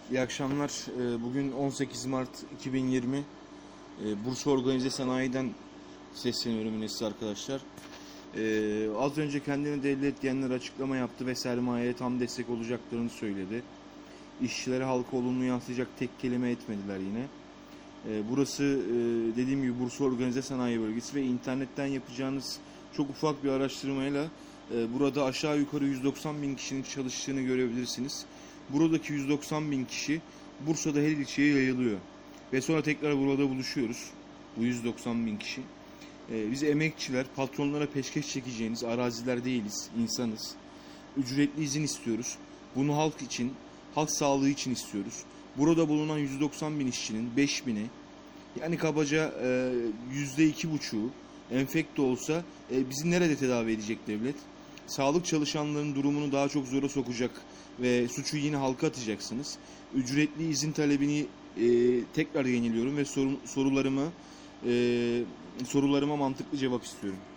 İyi akşamlar. Bugün 18 Mart 2020. Bursa Organize Sanayi'den sesleniyorum yine size arkadaşlar. Az önce kendini devlet diyenler açıklama yaptı ve sermayeye tam destek olacaklarını söyledi. İşçilere halka olumlu yansıyacak tek kelime etmediler yine. Burası dediğim gibi Bursa Organize Sanayi Bölgesi ve internetten yapacağınız çok ufak bir araştırmayla burada aşağı yukarı 190 bin kişinin çalıştığını görebilirsiniz. Buradaki 190 bin kişi Bursa'da her ilçeye yayılıyor. Ve sonra tekrar burada buluşuyoruz. Bu 190 bin kişi. Biz emekçiler, patronlara peşkeş çekeceğiniz araziler değiliz, insanız. Ücretli izin istiyoruz. Bunu halk için, halk sağlığı için istiyoruz. Burada bulunan 190 bin işçinin 5 bini, yani kabaca %2,5'u enfekte olsa bizi nerede tedavi edecek devlet? Sağlık çalışanlarının durumunu daha çok zora sokacak ve suçu yine halka atacaksınız. Ücretli izin talebini tekrar yeniliyorum ve sorularıma mantıklı cevap istiyorum.